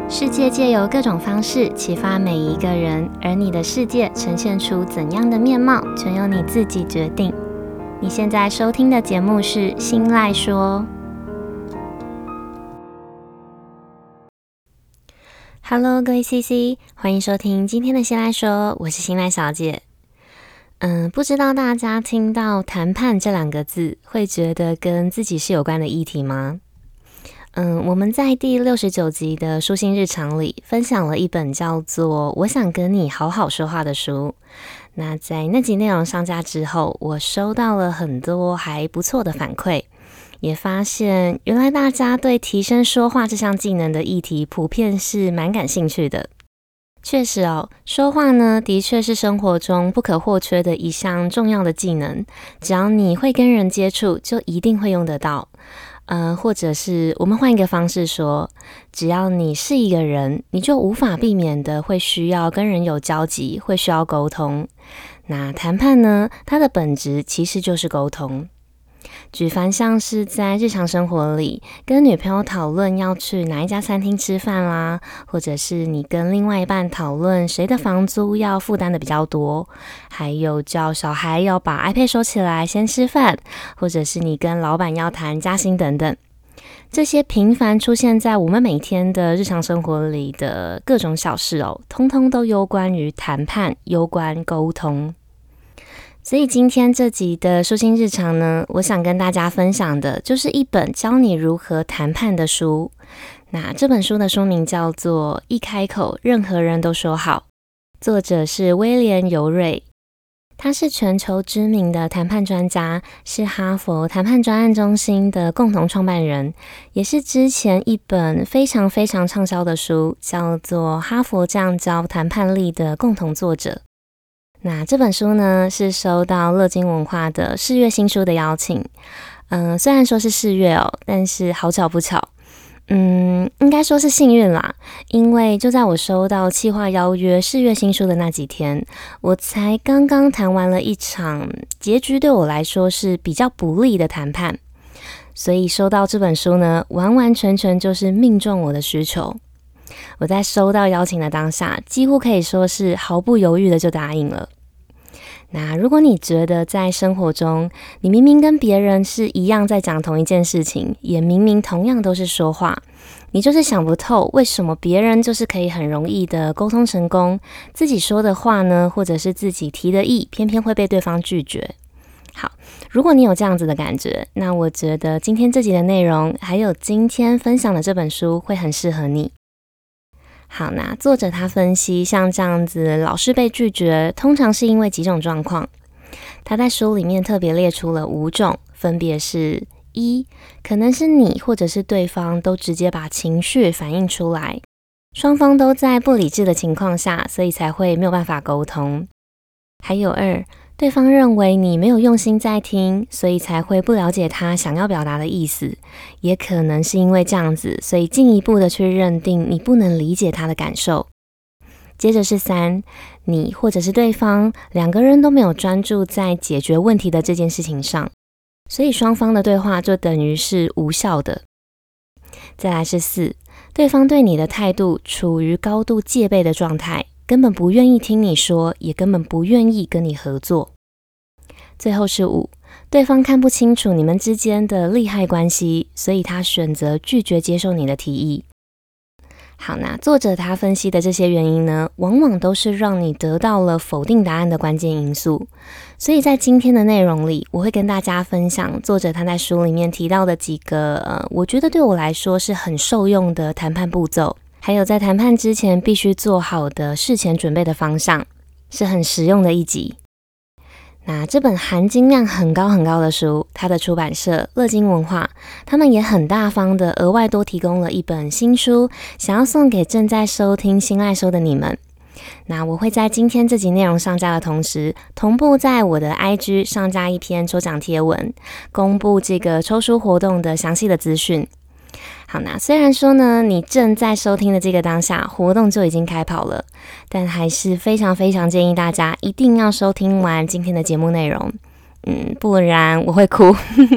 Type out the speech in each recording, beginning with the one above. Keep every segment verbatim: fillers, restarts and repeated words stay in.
世界借由各种方式启发每一个人，而你的世界呈现出怎样的面貌，全由你自己决定。你现在收听的节目是《心赖说》。Hello， 各位 C C， 欢迎收听今天的《心赖说》，我是心赖小姐。嗯，不知道大家听到谈判这两个字，会觉得跟自己是有关的议题吗？嗯，我们在第六十九集的书心日常里分享了一本叫做《我想跟你好好说话》的书。那在那集内容上架之后，我收到了很多还不错的反馈，也发现原来大家对提升说话这项技能的议题普遍是蛮感兴趣的。确实哦，说话呢的确是生活中不可或缺的一项重要的技能，只要你会跟人接触，就一定会用得到。呃，或者是我们换一个方式说，只要你是一个人，你就无法避免的会需要跟人有交集，会需要沟通。那谈判呢，它的本质其实就是沟通。举凡像是在日常生活里跟女朋友讨论要去哪一家餐厅吃饭啦，或者是你跟另外一半讨论谁的房租要负担的比较多，还有叫小孩要把 iPad 收起来先吃饭，或者是你跟老板要谈加薪等等，这些频繁出现在我们每天的日常生活里的各种小事哦，通通都攸关于谈判，攸关沟通。所以今天这集的书心日常呢，我想跟大家分享的就是一本教你如何谈判的书。那这本书的书名叫做《一开口任何人都说好》，作者是威廉尤瑞，他是全球知名的谈判专家，是哈佛谈判专案中心的共同创办人，也是之前一本非常非常畅销的书叫做《哈佛这样教谈判力》的共同作者。那这本书呢，是收到乐金文化的四月新书的邀请。嗯、呃，虽然说是四月哦，但是好巧不巧，嗯，应该说是幸运啦。因为就在我收到企划邀约四月新书的那几天，我才刚刚谈完了一场结局对我来说是比较不利的谈判，所以收到这本书呢，完完全全就是命中我的需求。我在收到邀请的当下，几乎可以说是毫不犹豫的就答应了。那如果你觉得在生活中，你明明跟别人是一样在讲同一件事情，也明明同样都是说话，你就是想不透为什么别人就是可以很容易的沟通成功，自己说的话呢，或者是自己提的意，偏偏会被对方拒绝。好，如果你有这样子的感觉，那我觉得今天这集的内容，还有今天分享的这本书会很适合你。好，那作者他分析，像这样子老是被拒绝，通常是因为几种状况。他在书里面特别列出了五种，分别是：一，可能是你或者是对方都直接把情绪反映出来，双方都在不理智的情况下，所以才会没有办法沟通。还有二，对方认为你没有用心在听，所以才会不了解他想要表达的意思，也可能是因为这样子，所以进一步的去认定你不能理解他的感受。接着是三，你或者是对方两个人都没有专注在解决问题的这件事情上，所以双方的对话就等于是无效的。再来是四，对方对你的态度处于高度戒备的状态，根本不愿意听你说，也根本不愿意跟你合作。最后是五，对方看不清楚你们之间的利害关系，所以他选择拒绝接受你的提议。好，那作者他分析的这些原因呢，往往都是让你得到了否定答案的关键因素。所以在今天的内容里，我会跟大家分享作者他在书里面提到的几个呃，我觉得对我来说是很受用的谈判步骤，还有在谈判之前必须做好的事前准备的方向，是很实用的一集。那这本含金量很高很高的书，它的出版社乐金文化，他们也很大方的额外多提供了一本新书，想要送给正在收听心赖说的你们。那我会在今天这集内容上架的同时，同步在我的 I G 上架一篇抽奖贴文，公布这个抽书活动的详细的资讯。好，那虽然说呢，你正在收听的这个当下，活动就已经开跑了，但还是非常非常建议大家一定要收听完今天的节目内容，嗯，不然我会哭。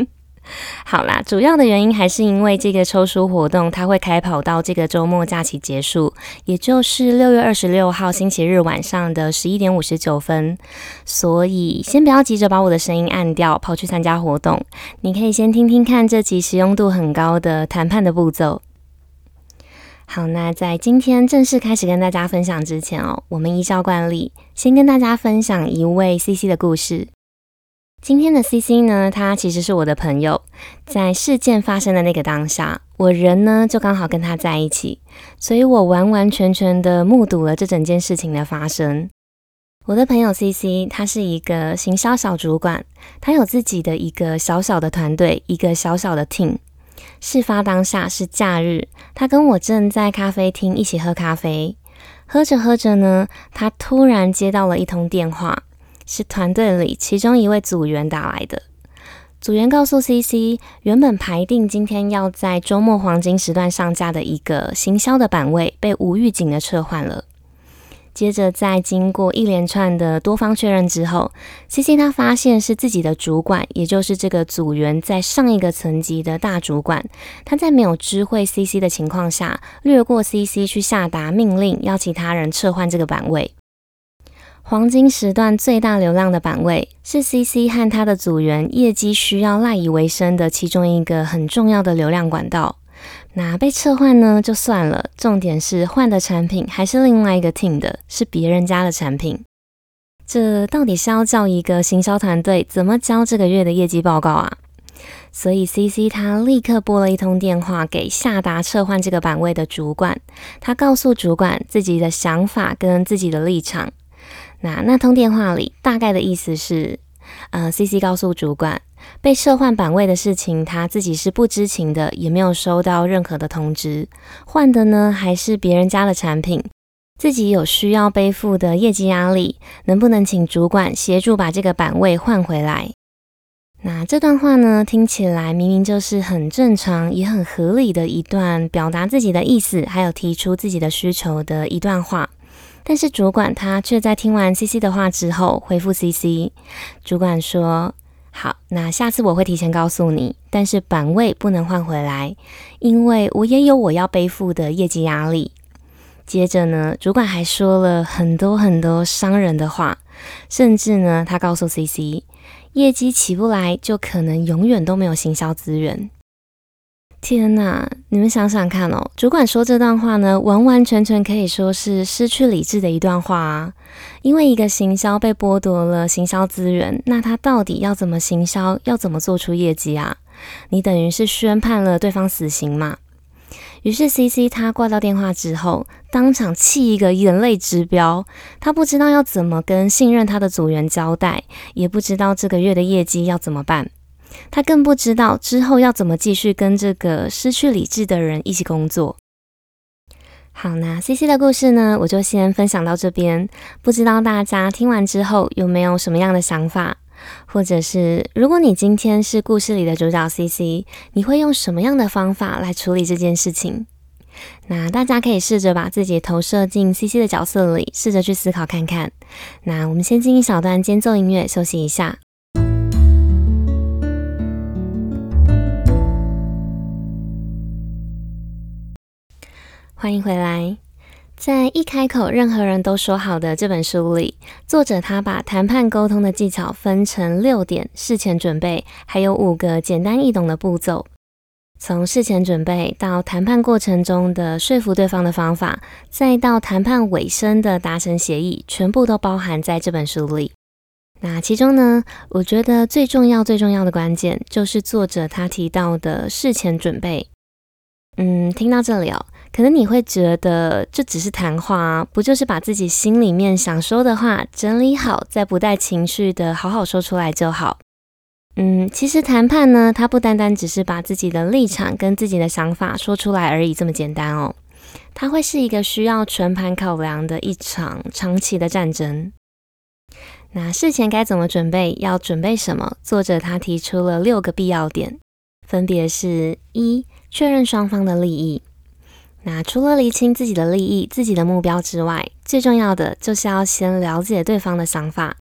好啦，主要的原因还是因为这个抽书活动它会开跑到这个周末假期结束，也就是六月二十六号星期日晚上的十一点五十九分。所以先不要急着把我的声音按掉，跑去参加活动，你可以先听听看这集实用度很高的谈判的步骤。好，那在今天正式开始跟大家分享之前哦，我们依照惯例，先跟大家分享一位 C C 的故事。今天的 C C 呢，他其实是我的朋友，在事件发生的那个当下，我人呢就刚好跟他在一起，所以我完完全全的目睹了这整件事情的发生。我的朋友 C C， 他是一个行销小主管，他有自己的一个小小的团队，一个小小的 team。事发当下是假日，他跟我正在咖啡厅一起喝咖啡，喝着喝着呢，他突然接到了一通电话。是团队里其中一位组员打来的。组员告诉 C C， 原本排定今天要在周末黄金时段上架的一个行销的版位被无预警的撤换了。接着在经过一连串的多方确认之后， C C 他发现是自己的主管，也就是这个组员在上一个层级的大主管，他在没有知会 C C 的情况下，略过 C C 去下达命令，要其他人撤换这个版位。黄金时段最大流量的版位是 C C 和他的组员业绩需要赖以为生的其中一个很重要的流量管道。那被撤换呢就算了，重点是换的产品还是另外一个 team 的，是别人家的产品。这到底是要叫一个行销团队怎么交这个月的业绩报告啊？所以 C C 他立刻拨了一通电话给下达撤换这个版位的主管，他告诉主管自己的想法跟自己的立场。那那通电话里大概的意思是，呃 ，C C 告诉主管，被撤换版位的事情他自己是不知情的，也没有收到任何的通知，换的呢还是别人家的产品，自己有需要背负的业绩压力，能不能请主管协助把这个版位换回来？那这段话呢，听起来明明就是很正常也很合理的一段表达自己的意思，还有提出自己的需求的一段话。但是主管他却在听完 C C 的话之后回复 C C， 主管说，好，那下次我会提前告诉你，但是版位不能换回来，因为我也有我要背负的业绩压力。接着呢，主管还说了很多很多伤人的话，甚至呢，他告诉 C C， 业绩起不来就可能永远都没有行销资源。天哪，你们想想看哦，主管说这段话呢，完完全全可以说是失去理智的一段话啊。因为一个行销被剥夺了行销资源，那他到底要怎么行销，要怎么做出业绩啊？你等于是宣判了对方死刑嘛。于是 C C 他挂到电话之后，当场气一个眼泪直飙，他不知道要怎么跟信任他的组员交代，也不知道这个月的业绩要怎么办。他更不知道之后要怎么继续跟这个失去理智的人一起工作。好，那 C C 的故事呢，我就先分享到这边。不知道大家听完之后有没有什么样的想法，或者是如果你今天是故事里的主角 C C， 你会用什么样的方法来处理这件事情？那大家可以试着把自己投射进 C C 的角色里，试着去思考看看。那我们先进一小段间奏音乐休息一下。欢迎回来。在一开口任何人都说好的这本书里，作者他把谈判沟通的技巧分成六点事前准备，还有五个简单易懂的步骤。从事前准备到谈判过程中的说服对方的方法，再到谈判尾声的达成协议，全部都包含在这本书里。那其中呢，我觉得最重要最重要的关键就是作者他提到的事前准备。嗯，听到这里哦，可能你会觉得这只是谈话啊，不就是把自己心里面想说的话整理好，再不带情绪的好好说出来就好。嗯，其实谈判呢，它不单单只是把自己的立场跟自己的想法说出来而已这么简单哦，它会是一个需要全盘考量的一场长期的战争。那事前该怎么准备，要准备什么？作者他提出了六个必要点，分别是一、确认双方的利益。那除了厘清自己的利益、自己的目标之外，最重要的就是要先了解对方的想法。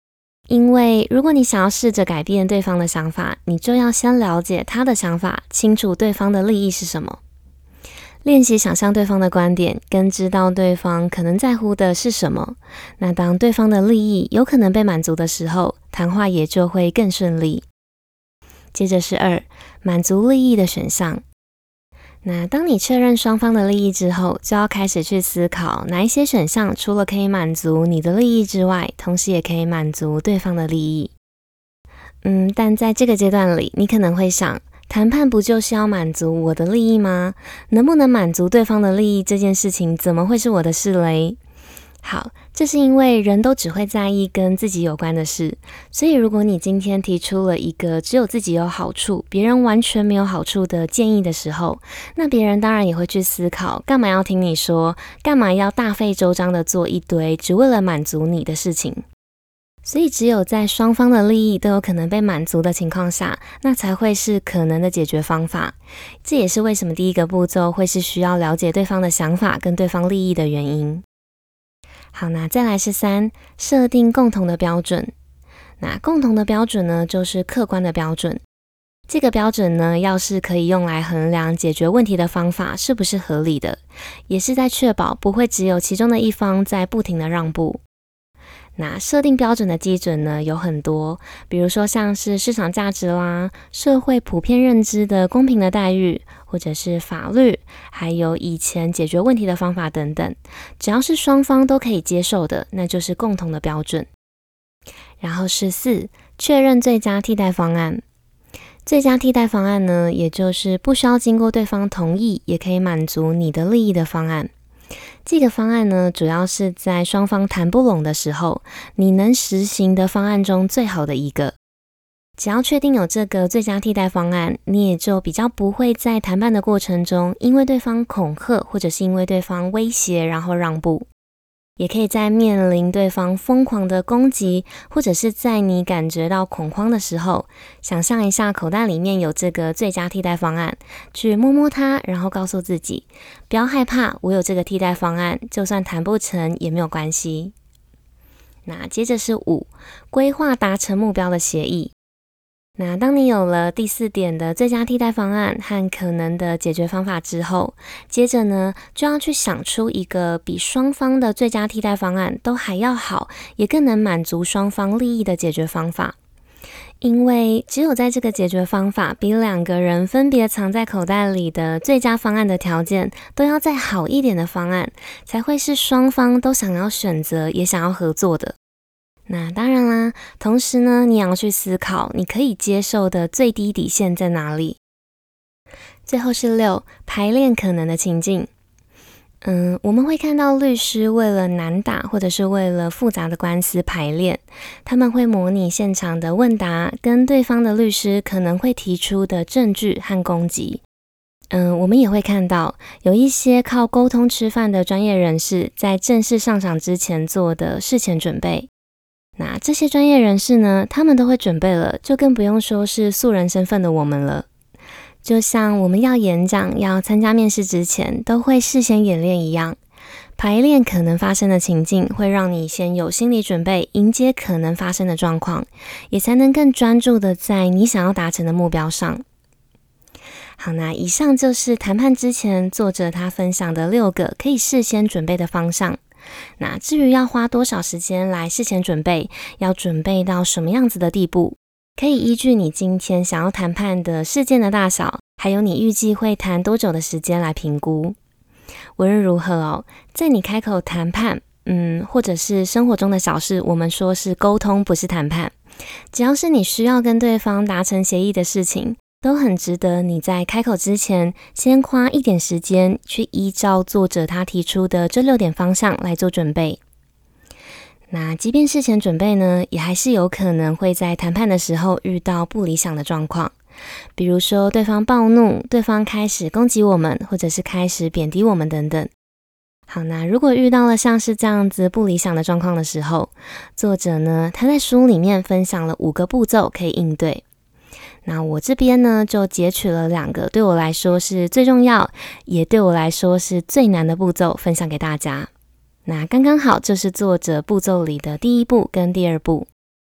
因为如果你想要试着改变对方的想法，你就要先了解他的想法，清楚对方的利益是什么。练习想象对方的观点，跟知道对方可能在乎的是什么。那当对方的利益有可能被满足的时候，谈话也就会更顺利。接着是二，满足利益的选项。那当你确认双方的利益之后，就要开始去思考哪一些选项除了可以满足你的利益之外，同时也可以满足对方的利益。嗯，但在这个阶段里，你可能会想，谈判不就是要满足我的利益吗？能不能满足对方的利益这件事情，怎么会是我的事嘞？好，这是因为人都只会在意跟自己有关的事，所以如果你今天提出了一个只有自己有好处，别人完全没有好处的建议的时候，那别人当然也会去思考，干嘛要听你说，干嘛要大费周章的做一堆只为了满足你的事情。所以只有在双方的利益都有可能被满足的情况下，那才会是可能的解决方法。这也是为什么第一个步骤会是需要了解对方的想法跟对方利益的原因。好，那再来是三，设定共同的标准。那共同的标准呢，就是客观的标准。这个标准呢，要是可以用来衡量解决问题的方法是不是合理的，也是在确保不会只有其中的一方在不停的让步。那设定标准的基准呢，有很多，比如说像是市场价值啦，社会普遍认知的公平的待遇，或者是法律，还有以前解决问题的方法等等，只要是双方都可以接受的，那就是共同的标准。然后是四，确认最佳替代方案。最佳替代方案呢，也就是不需要经过对方同意，也可以满足你的利益的方案。这个方案呢，主要是在双方谈不拢的时候，你能实行的方案中最好的一个。只要确定有这个最佳替代方案，你也就比较不会在谈判的过程中，因为对方恐吓，或者是因为对方威胁，然后让步。也可以在面临对方疯狂的攻击，或者是在你感觉到恐慌的时候，想象一下口袋里面有这个最佳替代方案，去摸摸它，然后告诉自己，不要害怕，我有这个替代方案，就算谈不成也没有关系。那接着是五，规划达成目标的协议。那当你有了第四点的最佳替代方案和可能的解决方法之后，接着呢，就要去想出一个比双方的最佳替代方案都还要好，也更能满足双方利益的解决方法。因为只有在这个解决方法比两个人分别藏在口袋里的最佳方案的条件都要再好一点的方案，才会是双方都想要选择也想要合作的。那当然啦，同时呢，你也要去思考你可以接受的最低底线在哪里。最后是六，排练可能的情境。嗯，我们会看到律师为了难打或者是为了复杂的官司排练，他们会模拟现场的问答跟对方的律师可能会提出的证据和攻击。嗯，我们也会看到有一些靠沟通吃饭的专业人士在正式上场之前做的事前准备。那这些专业人士呢，他们都会准备了，就更不用说是素人身份的我们了。就像我们要演讲、要参加面试之前，都会事先演练一样，排练可能发生的情境，会让你先有心理准备，迎接可能发生的状况，也才能更专注的在你想要达成的目标上。好，那以上就是谈判之前作者他分享的六个可以事先准备的方向。那至于要花多少时间来事前准备，要准备到什么样子的地步，可以依据你今天想要谈判的事件的大小，还有你预计会谈多久的时间来评估。无论如何哦，在你开口谈判，嗯，或者是生活中的小事，我们说是沟通，不是谈判。只要是你需要跟对方达成协议的事情，都很值得你在开口之前，先花一点时间去依照作者他提出的这六点方向来做准备。那即便事前准备呢，也还是有可能会在谈判的时候遇到不理想的状况，比如说对方暴怒，对方开始攻击我们，或者是开始贬低我们等等。好，那如果遇到了像是这样子不理想的状况的时候，作者呢，他在书里面分享了五个步骤可以应对。那我这边呢，就截取了两个对我来说是最重要，也对我来说是最难的步骤分享给大家。那刚刚好，这是作者步骤里的第一步跟第二步。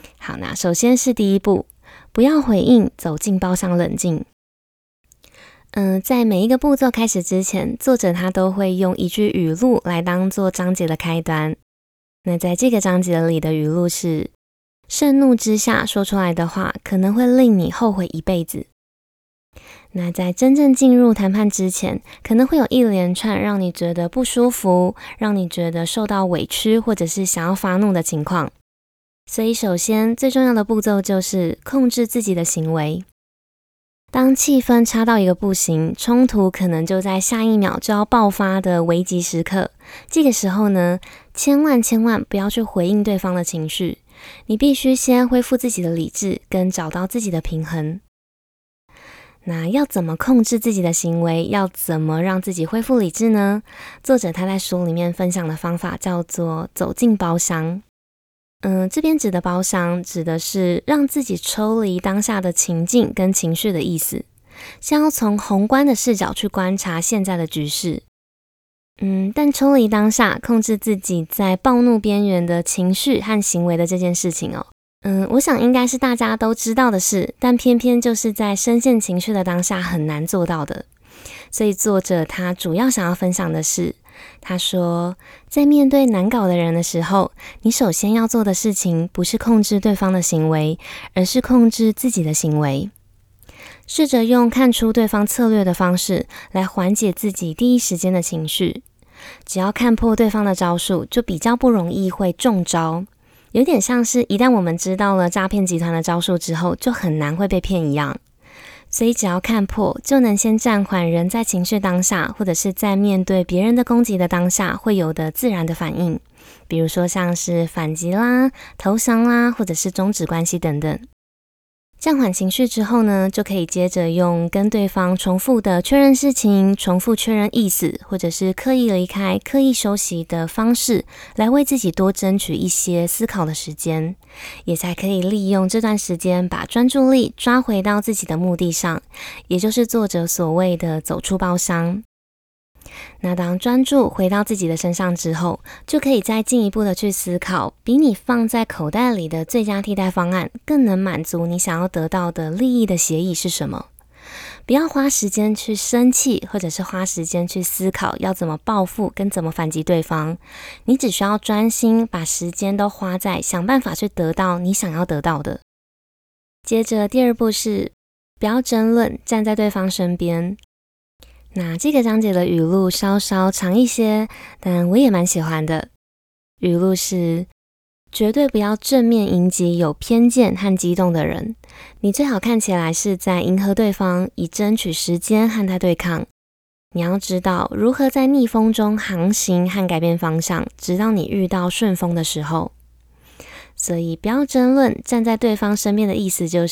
好，那首先是第一步，不要回应，走进包厢冷静。嗯、呃，在每一个步骤开始之前，作者他都会用一句语录来当做章节的开端。那在这个章节里的语录是：盛怒之下说出来的话，可能会令你后悔一辈子。那在真正进入谈判之前，可能会有一连串让你觉得不舒服，让你觉得受到委屈，或者是想要发怒的情况。所以首先最重要的步骤就是控制自己的行为。当气氛差到一个不行，冲突可能就在下一秒就要爆发的危急时刻，这个时候呢，千万千万不要去回应对方的情绪，你必须先恢复自己的理智，跟找到自己的平衡。那要怎么控制自己的行为？要怎么让自己恢复理智呢？作者他在书里面分享的方法叫做走进包厢。嗯，这边指的包厢指的是让自己抽离当下的情境跟情绪的意思，是要从宏观的视角去观察现在的局势。嗯，但抽离当下，控制自己在暴怒边缘的情绪和行为的这件事情哦，嗯，我想应该是大家都知道的事，但偏偏就是在深陷情绪的当下很难做到的。所以作者他主要想要分享的是，他说，在面对难搞的人的时候，你首先要做的事情不是控制对方的行为，而是控制自己的行为。试着用看出对方策略的方式来缓解自己第一时间的情绪。只要看破对方的招数，就比较不容易会中招。有点像是一旦我们知道了诈骗集团的招数之后，就很难会被骗一样。所以只要看破，就能先暂缓人在情绪当下，或者是在面对别人的攻击的当下会有的自然的反应，比如说像是反击啦、投降啦，或者是终止关系等等。暂缓情绪之后呢，就可以接着用跟对方重复的确认事情、重复确认意思，或者是刻意离开、刻意休息的方式，来为自己多争取一些思考的时间，也才可以利用这段时间把专注力抓回到自己的目的上，也就是作者所谓的走出包厢。那当专注回到自己的身上之后，就可以再进一步的去思考，比你放在口袋里的最佳替代方案更能满足你想要得到的利益的协议是什么。不要花时间去生气，或者是花时间去思考要怎么报复跟怎么反击对方，你只需要专心把时间都花在想办法去得到你想要得到的。接着第二步是不要争论，站在对方身边。那这个章节的语录稍稍长一些，但我也蛮喜欢的。语录是：绝对不要正面迎击有偏见和激动的人，你最好看起来是在迎合对方，以争取时间和他对抗。你要知道如何在逆风中航行和改变方向，直到你遇到顺风的时候。所以不要争论，站在对方身边的意思就是，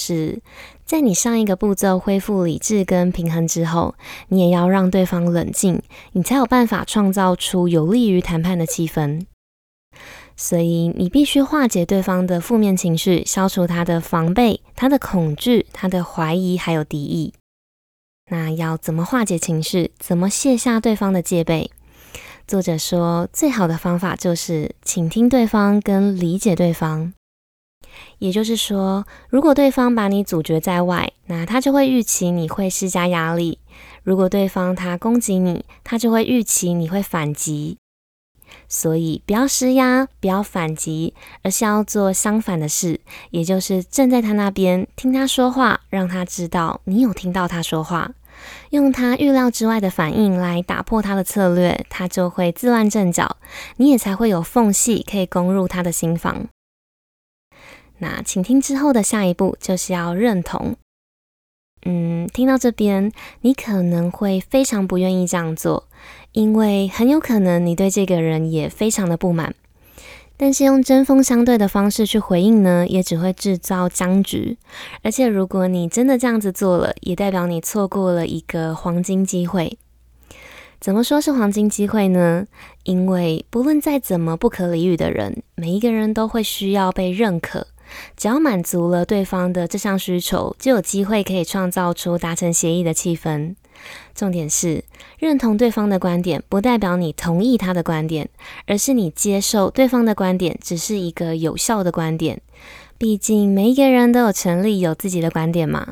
在你上一个步骤恢复理智跟平衡之后，你也要让对方冷静，你才有办法创造出有利于谈判的气氛。所以你必须化解对方的负面情绪，消除他的防备、他的恐惧、他的怀疑还有敌意。那要怎么化解情绪？怎么卸下对方的戒备？作者说，最好的方法就是倾听对方跟理解对方。也就是说，如果对方把你阻绝在外，那他就会预期你会施加压力；如果对方他攻击你，他就会预期你会反击。所以不要施压，不要反击，而是要做相反的事，也就是站在他那边，听他说话，让他知道你有听到他说话。用他预料之外的反应来打破他的策略，他就会自乱阵脚，你也才会有缝隙可以攻入他的心房。那倾听之后的下一步就是要认同。嗯，听到这边，你可能会非常不愿意这样做，因为很有可能你对这个人也非常的不满。但是用针锋相对的方式去回应呢，也只会制造僵局。而且如果你真的这样子做了，也代表你错过了一个黄金机会。怎么说是黄金机会呢？因为不论再怎么不可理喻的人，每一个人都会需要被认可。只要满足了对方的这项需求，就有机会可以创造出达成协议的气氛。 重点是，认同对方的观点不代表你同意他的观点，而是你接受对方的观点只是一个有效的观点。毕竟每一个人都有权利有自己的观点嘛。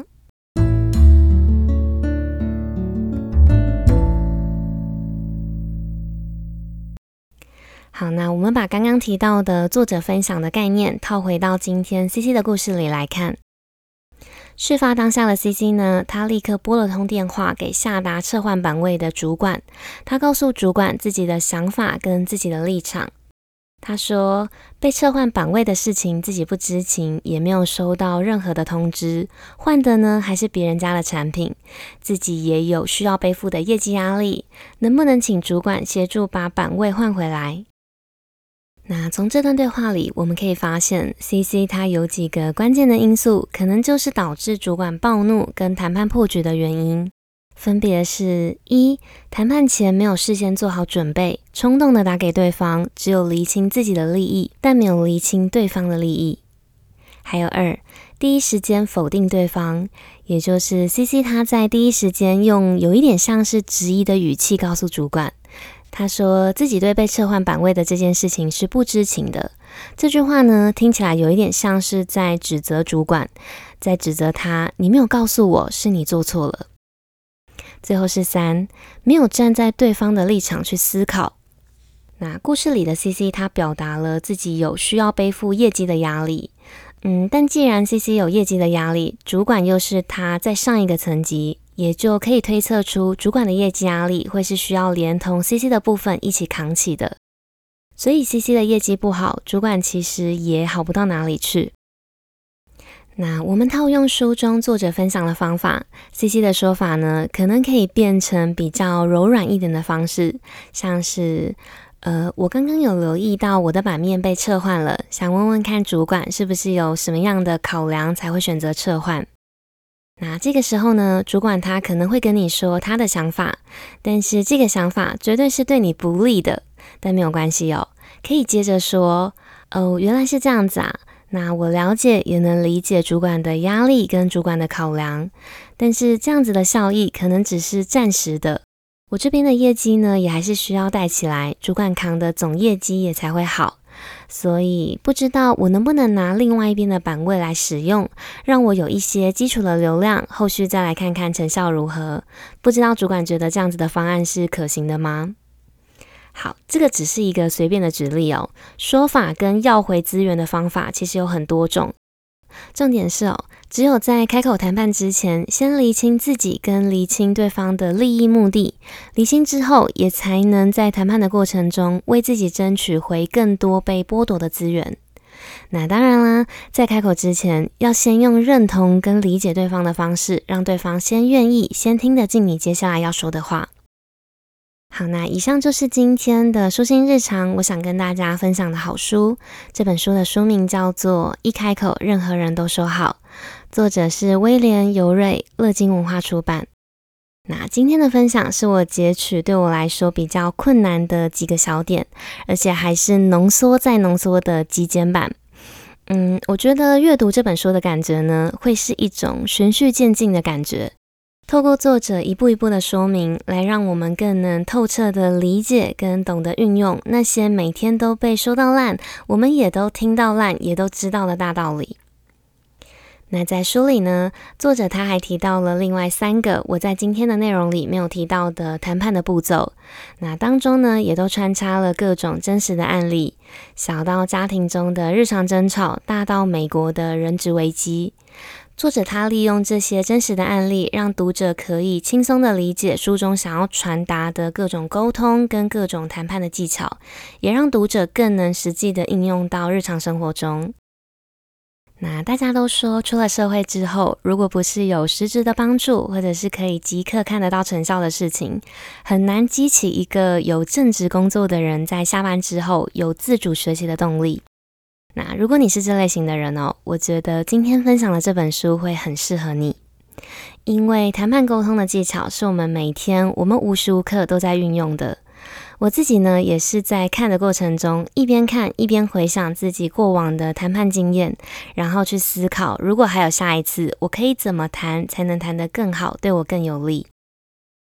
好，那我们把刚刚提到的作者分享的概念套回到今天 C C 的故事里来看。事发当下的 C C 呢，他立刻拨了通电话给下达撤换版位的主管，他告诉主管自己的想法跟自己的立场。他说，被撤换版位的事情自己不知情，也没有收到任何的通知，换的呢还是别人家的产品，自己也有需要背负的业绩压力，能不能请主管协助把版位换回来？那从这段对话里，我们可以发现 C C 他有几个关键的因素，可能就是导致主管暴怒跟谈判破局的原因，分别是一、谈判前没有事先做好准备，冲动的打给对方，只有厘清自己的利益，但没有厘清对方的利益。还有二、第一时间否定对方，也就是 C C 他在第一时间用有一点像是质疑的语气告诉主管，他说自己对被撤换版位的这件事情是不知情的。这句话呢，听起来有一点像是在指责主管，在指责他，你没有告诉我，是你做错了。最后是三，没有站在对方的立场去思考。那故事里的 C C 他表达了自己有需要背负业绩的压力，嗯，但既然 C C 有业绩的压力，主管又是他在上一个层级，也就可以推测出主管的业绩压力会是需要连同 C C 的部分一起扛起的。所以 C C 的业绩不好，主管其实也好不到哪里去。那我们套用书中作者分享的方法 ，C C 的说法呢，可能可以变成比较柔软一点的方式，像是呃，我刚刚有留意到我的版面被撤换了，想问问看主管是不是有什么样的考量才会选择撤换。那这个时候呢，主管他可能会跟你说他的想法，但是这个想法绝对是对你不利的，但没有关系哦，可以接着说，哦，原来是这样子啊，那我了解也能理解主管的压力跟主管的考量，但是这样子的效益可能只是暂时的，我这边的业绩呢也还是需要带起来，主管扛的总业绩也才会好，所以不知道我能不能拿另外一边的版位来使用，让我有一些基础的流量，后续再来看看成效如何。不知道主管觉得这样子的方案是可行的吗？好，这个只是一个随便的举例哦，说法跟要回资源的方法其实有很多种。重点是哦，只有在开口谈判之前，先厘清自己跟厘清对方的利益目的，厘清之后，也才能在谈判的过程中为自己争取回更多被剥夺的资源。那当然啦，在开口之前，要先用认同跟理解对方的方式，让对方先愿意，先听得进你接下来要说的话。好，那以上就是今天的书心日常，我想跟大家分享的好书。这本书的书名叫做《一开口，任何人都说好》，作者是威廉·尤瑞，乐金文化出版。那今天的分享是我截取对我来说比较困难的几个小点，而且还是浓缩再浓缩的极简版。嗯，我觉得阅读这本书的感觉呢，会是一种循序渐进的感觉。透过作者一步一步的说明，来让我们更能透彻的理解跟懂得运用那些每天都被说到烂，我们也都听到烂，也都知道的大道理。那在书里呢，作者他还提到了另外三个我在今天的内容里没有提到的谈判的步骤。那当中呢，也都穿插了各种真实的案例，小到家庭中的日常争吵，大到美国的人质危机。作者他利用这些真实的案例，让读者可以轻松的理解书中想要传达的各种沟通跟各种谈判的技巧，也让读者更能实际的应用到日常生活中。那大家都说，出了社会之后，如果不是有实质的帮助，或者是可以即刻看得到成效的事情，很难激起一个有正职工作的人在下班之后有自主学习的动力。那如果你是这类型的人哦，我觉得今天分享的这本书会很适合你，因为谈判沟通的技巧是我们每天我们无时无刻都在运用的。我自己呢，也是在看的过程中，一边看一边回想自己过往的谈判经验，然后去思考，如果还有下一次，我可以怎么谈才能谈得更好，对我更有利。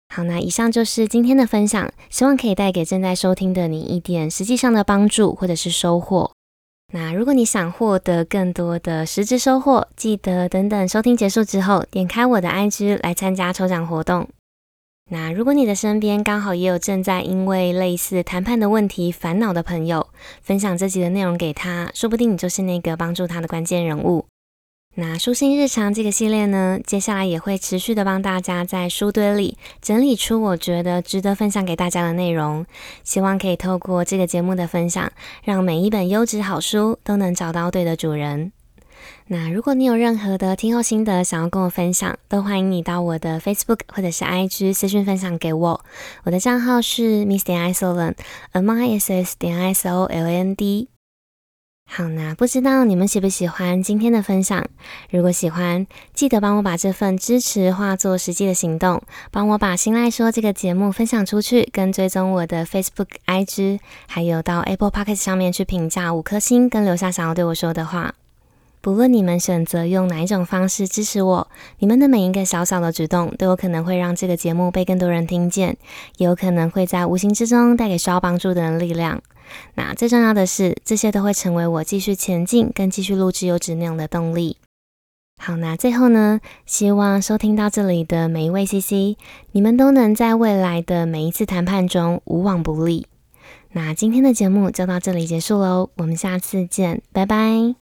好，那以上就是今天的分享，希望可以带给正在收听的你一点实际上的帮助或者是收获。那如果你想获得更多的实质收获，记得等等收听结束之后，点开我的 I G 来参加抽奖活动。那如果你的身边刚好也有正在因为类似谈判的问题烦恼的朋友，分享这集的内容给他，说不定你就是那个帮助他的关键人物。那书信日常这个系列呢，接下来也会持续的帮大家在书堆里整理出我觉得值得分享给大家的内容，希望可以透过这个节目的分享，让每一本优质好书都能找到对的主人。那如果你有任何的听后心得想要跟我分享，都欢迎你到我的 Facebook 或者是 I G 私讯分享给我，我的账号是 miss 点 isoland M I S S 点 I S O L A N D。好，那不知道你们喜不喜欢今天的分享？如果喜欢，记得帮我把这份支持化作实际的行动，帮我把新赖说这个节目分享出去，跟追踪我的 Facebook、I G， 还有到 Apple Podcast 上面去评价五颗星，跟留下想要对我说的话。不论你们选择用哪一种方式支持我，你们的每一个小小的举动都有可能会让这个节目被更多人听见，也有可能会在无形之中带给需要帮助的人力量。那最重要的是，这些都会成为我继续前进跟继续录制优质内容的动力。好，那最后呢，希望收听到这里的每一位 C C， 你们都能在未来的每一次谈判中无往不利。那今天的节目就到这里结束喽，我们下次见，拜拜。